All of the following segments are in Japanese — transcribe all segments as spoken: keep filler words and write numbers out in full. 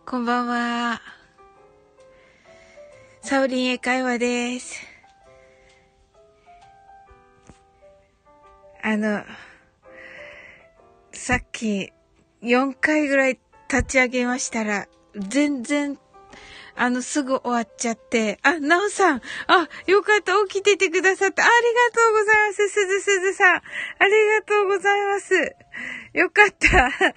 こんばんは。サオリン英会話です。あの、さっきよんかいぐらい立ち上げましたら、全然、あの、すぐ終わっちゃって、あ、なおさん、あ、よかった、起きててくださって、ありがとうございます、すずすずさん。ありがとうございます。よかった。はい、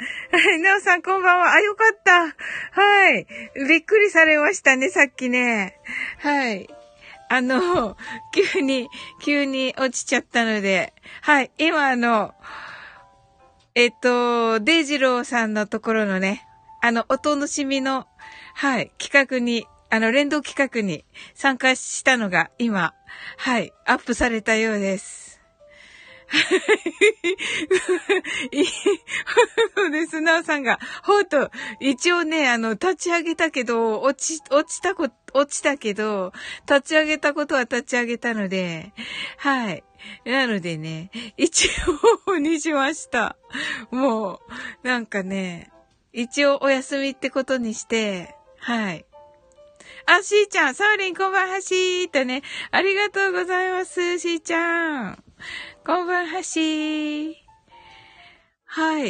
なおさんこんばんは。あ、よかった。はい。びっくりされましたね、さっきね。はい。あの、急に、急に落ちちゃったので、はい。今あの、えっと、デイジローさんのところのね、あの、お楽しみの、はい、企画に、あの、連動企画に参加したのが今、はい、アップされたようです。いいそうです。なおさんが、ほうと、一応ね、あの、立ち上げたけど、落ち、落ちたこ、落ちたけど、立ち上げたことは立ち上げたので、はい。なのでね、一応にしました。もう、なんかね、一応お休みってことにして、はい。あ、しーちゃん、サーリンこんばんはしーとね、ありがとうございます、しーちゃん。こんばんはしー。はい。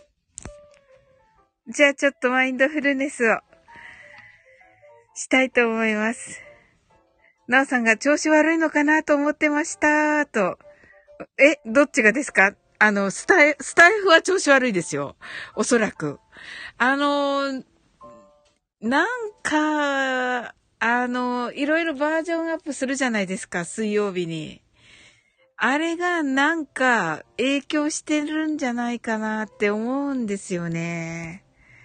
じゃあちょっとマインドフルネスをしたいと思います。なおさんが調子悪いのかなと思ってました、と。え、どっちがですか？あの、スタイ、スタイフは調子悪いですよ。おそらく。あの、なんか、あの、いろいろバージョンアップするじゃないですか、水曜日に。あれがなんか影響してるんじゃないかなって思うんですよね。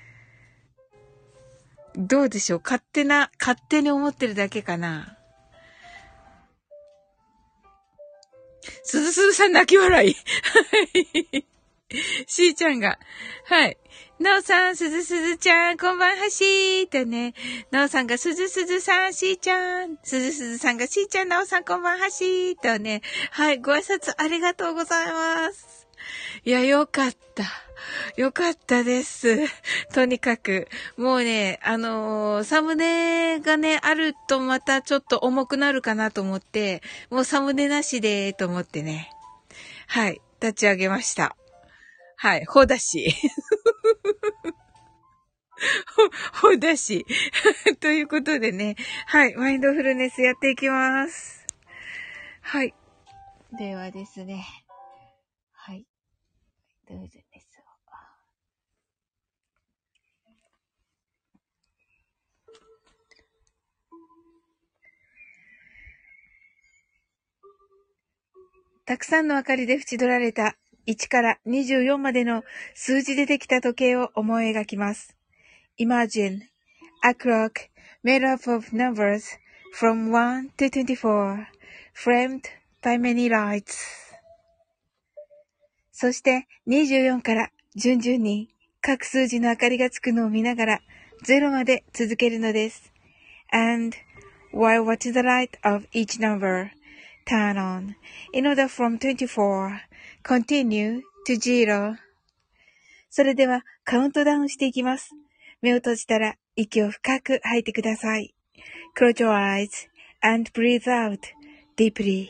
どうでしょう？勝手な、勝手に思ってるだけかな。すずすずさん泣き笑い。はい。しーちゃんが。はい。なおさん、すずすずちゃん、こんばんはしーとね。なおさんがすずすずさん、しーちゃん。すずすずさんがしーちゃん、なおさん、こんばんはしーとね。はい。ご挨拶ありがとうございます。いや、よかった。よかったです。とにかく。もうね、あのーサムネがね、あるとまたちょっと重くなるかなと思って、もうサムネなしで、と思ってね。はい。立ち上げました。はい。ほだし。ほ、ほだし。ということでね。はい。マインドフルネスやっていきます。はい。ではですね。はい。マインドフルネスを。たくさんの明かりで縁取られたいちからにじゅうよんまでの数字でできた時計を思い描きます。Imagine a clock made up of numbers from one to twenty-four, framed by many lights. そしてにじゅうよんから順々に各数字の明かりがつくのを見ながらゼロまで続けるのです。And while watching the light of each number turn on, in order from twenty-four, continue to zero. それではカウントダウンしていきます。目を閉じたら息を深く吐いてください。Close your eyes and breathe out deeply.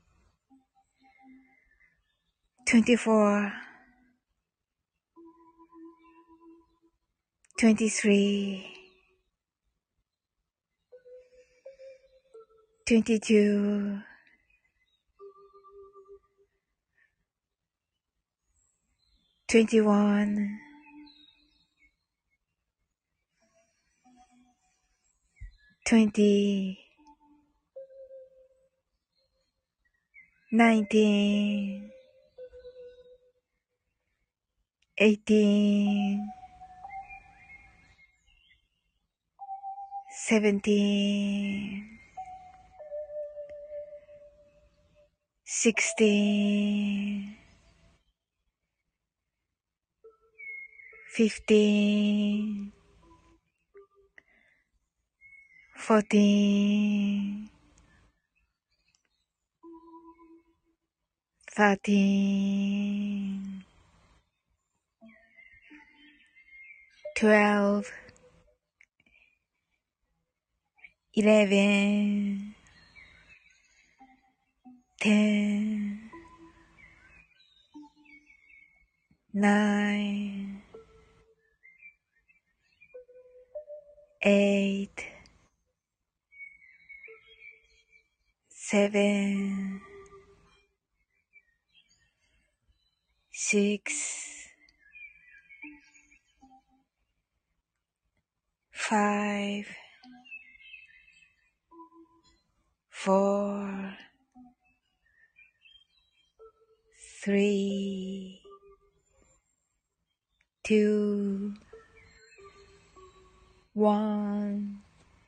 twenty-four, twenty-three, twenty-two, twenty-one, twenty, nineteen, eighteen, seventeen, sixteen, fifteen, fourteen, thirteen, twelve, eleven, ten, nine, eight, seven, six, five, four, three, two, one,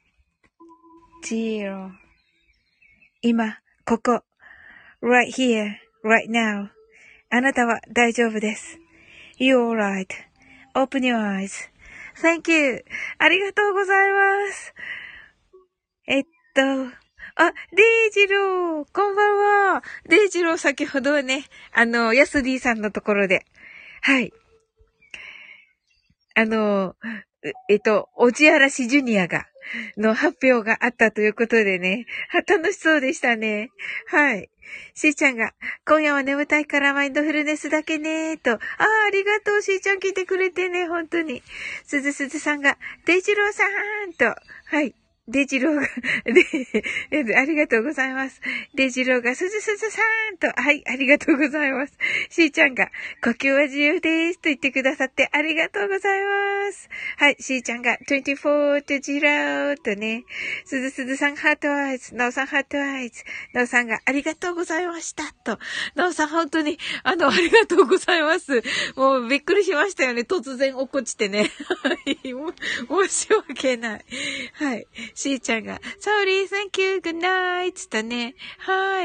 zero. 今、ここ、right here, right now. あなたは大丈夫です。You're alright.Open your eyes.Thank you. ありがとうございます。えっと、あ、デイジロー、こんばんは。デイジロー先ほどはね、あの、ヤスディさんのところで、はい。あの、えっと、オジアラシジュニアが、の発表があったということでね、楽しそうでしたね。はい。しーちゃんが、今夜は眠たいからマインドフルネスだけねーと。ああ、ありがとう、しーちゃん来てくれてね、本当に。すずすずさんが、デイジローさんと。はい。デイジローが、で、ありがとうございます。デイジローが、すずすずさんと。はい、ありがとうございます。しーちゃんが、呼吸は自由ですと言ってくださってありがとうございます。はい、しーちゃんが、にじゅうよんとジローとね。すずすずさんハートアイズ、なおさんハートアイズ。なおさんが、ありがとうございましたと。なおさん本当に、あの、ありがとうございます。もうびっくりしましたよね。突然落っこちてね。はい、申し訳ない。はい。しーちゃんが、sorry, thank you, good night つったね。はい。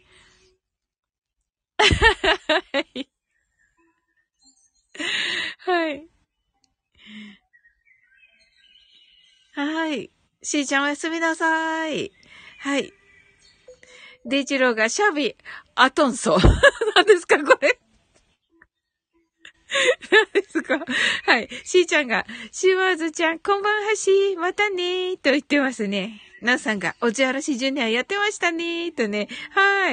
はい。はい。はい。しーちゃんおやすみなさい。はい。デイジローがシャビ、アトンソ。何ですかこれ。何ですかはい。しーちゃんが、シュワーズちゃん、こんばんはし、またねーと言ってますね。ナンさんが、おじあらしジュニアやってましたねーとね。はい。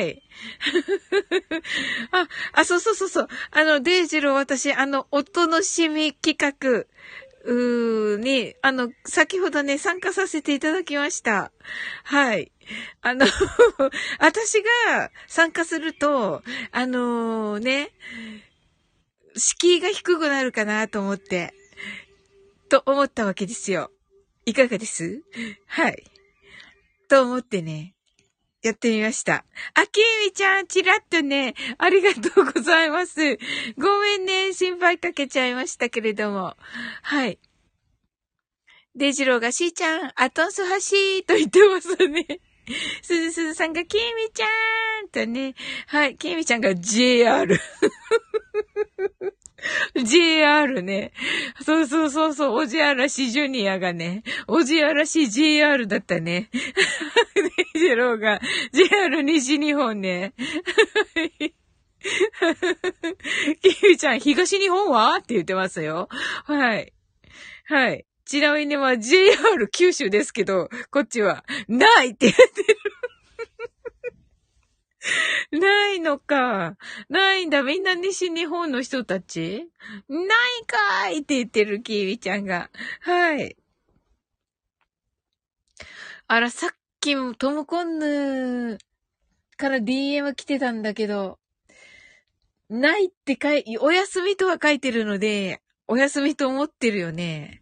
あ、あ、そうそうそうそう。あの、デイジロー私、あの、お楽しみ企画、うーに、あの、先ほどね、参加させていただきました。はい。あの、私が参加すると、あのー、ね、敷居が低くなるかなと思って、と思ったわけですよ。いかがです？はい。と思ってね、やってみました。あきみちゃん、ちらっとね、ありがとうございます。ごめんね、心配かけちゃいましたけれども。はい。デイジローがしーちゃん、アトンスハシーと言ってますね。すずすずさんがきみちゃんとね。はい、きみちゃんが ジェイアール。ジェイアール ね。そうそうそうそう、おじあらしジュニアがね、おじあらし ジェイアール だったね。デイジローが ジェイアール 西日本ね。キミちゃん、東日本はって言ってますよ。はい。はい。ちなみにまあ ジェイアール 九州ですけど、こっちは、ないって言ってる。ないのか。ないんだ。みんな西日本の人たちないかーいって言ってる、キーウィちゃんが。はい。あら、さっきもトムコンヌから ディーエム 来てたんだけど、ないって書い、お休みとは書いてるので、お休みと思ってるよね。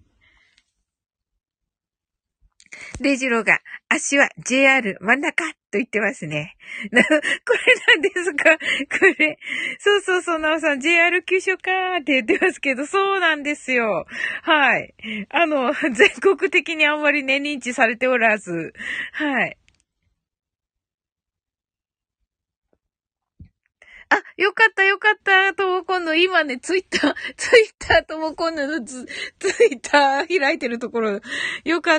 デイジローが、足は ジェイアール 真ん中と言ってますね。な、これなんですかこれ。そうそうそう、なおさん、ジェイアール 急所かーって言ってますけど、そうなんですよ。はい。あの、全国的にあんまりね、認知されておらず。はい。あ、よかったよかった、ともこんの、今ね、ツイッター、ツイッターともこんののツ、ツイッター開いてるところ、よかった。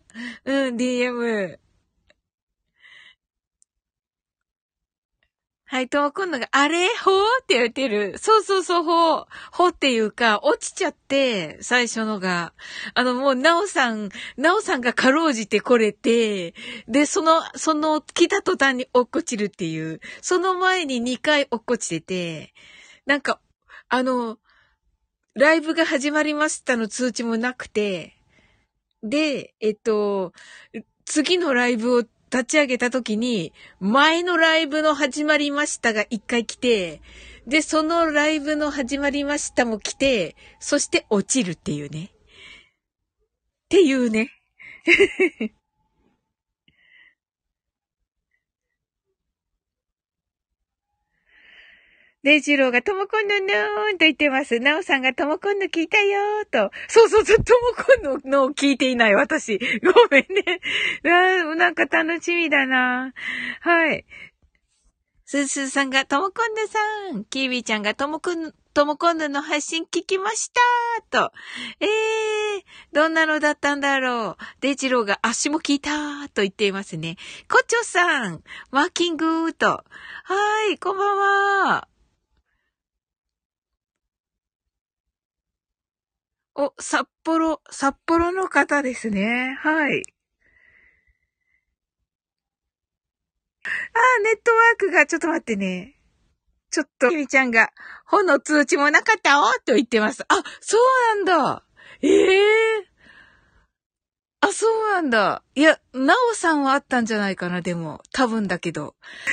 うん、ディーエム。 はい、ともこんのが、あれほーって言ってる。そうそうそう、ほー。ほーっていうか、落ちちゃって、最初のが。あの、もう、なおさん、なおさんがかろうじてこれて、で、その、その、来た途端に落っこちるっていう。その前ににかい落っこちてて、なんか、あの、ライブが始まりましたの通知もなくて、で、えっと、次のライブを立ち上げた時に、前のライブの始まりましたが一回来て、で、そのライブの始まりましたも来て、そして落ちるっていうね。っていうね。デイジローがともこんののーんと言ってます。なおさんがともこんの聞いたよーと。そうそうそう、ともこんののを聞いていない私。ごめんね。あなんか楽しみだな。はい。スースーさんがともこんぬさん。キービーちゃんがともこん、ともこんぬの配信聞きましたと。えー、どんなのだったんだろう。デイジローが足も聞いたと言っていますね。コチョさん、ワーキングと。はい、こんばんは。お、札幌、札幌の方ですね。はい。あー、ネットワークが、ちょっと待ってね。ちょっと、きみちゃんが、本の通知もなかったおと言ってます。あ、そうなんだ。ええー、あ、そうなんだ。いや、なおさんはあったんじゃないかな、でも。多分だけど。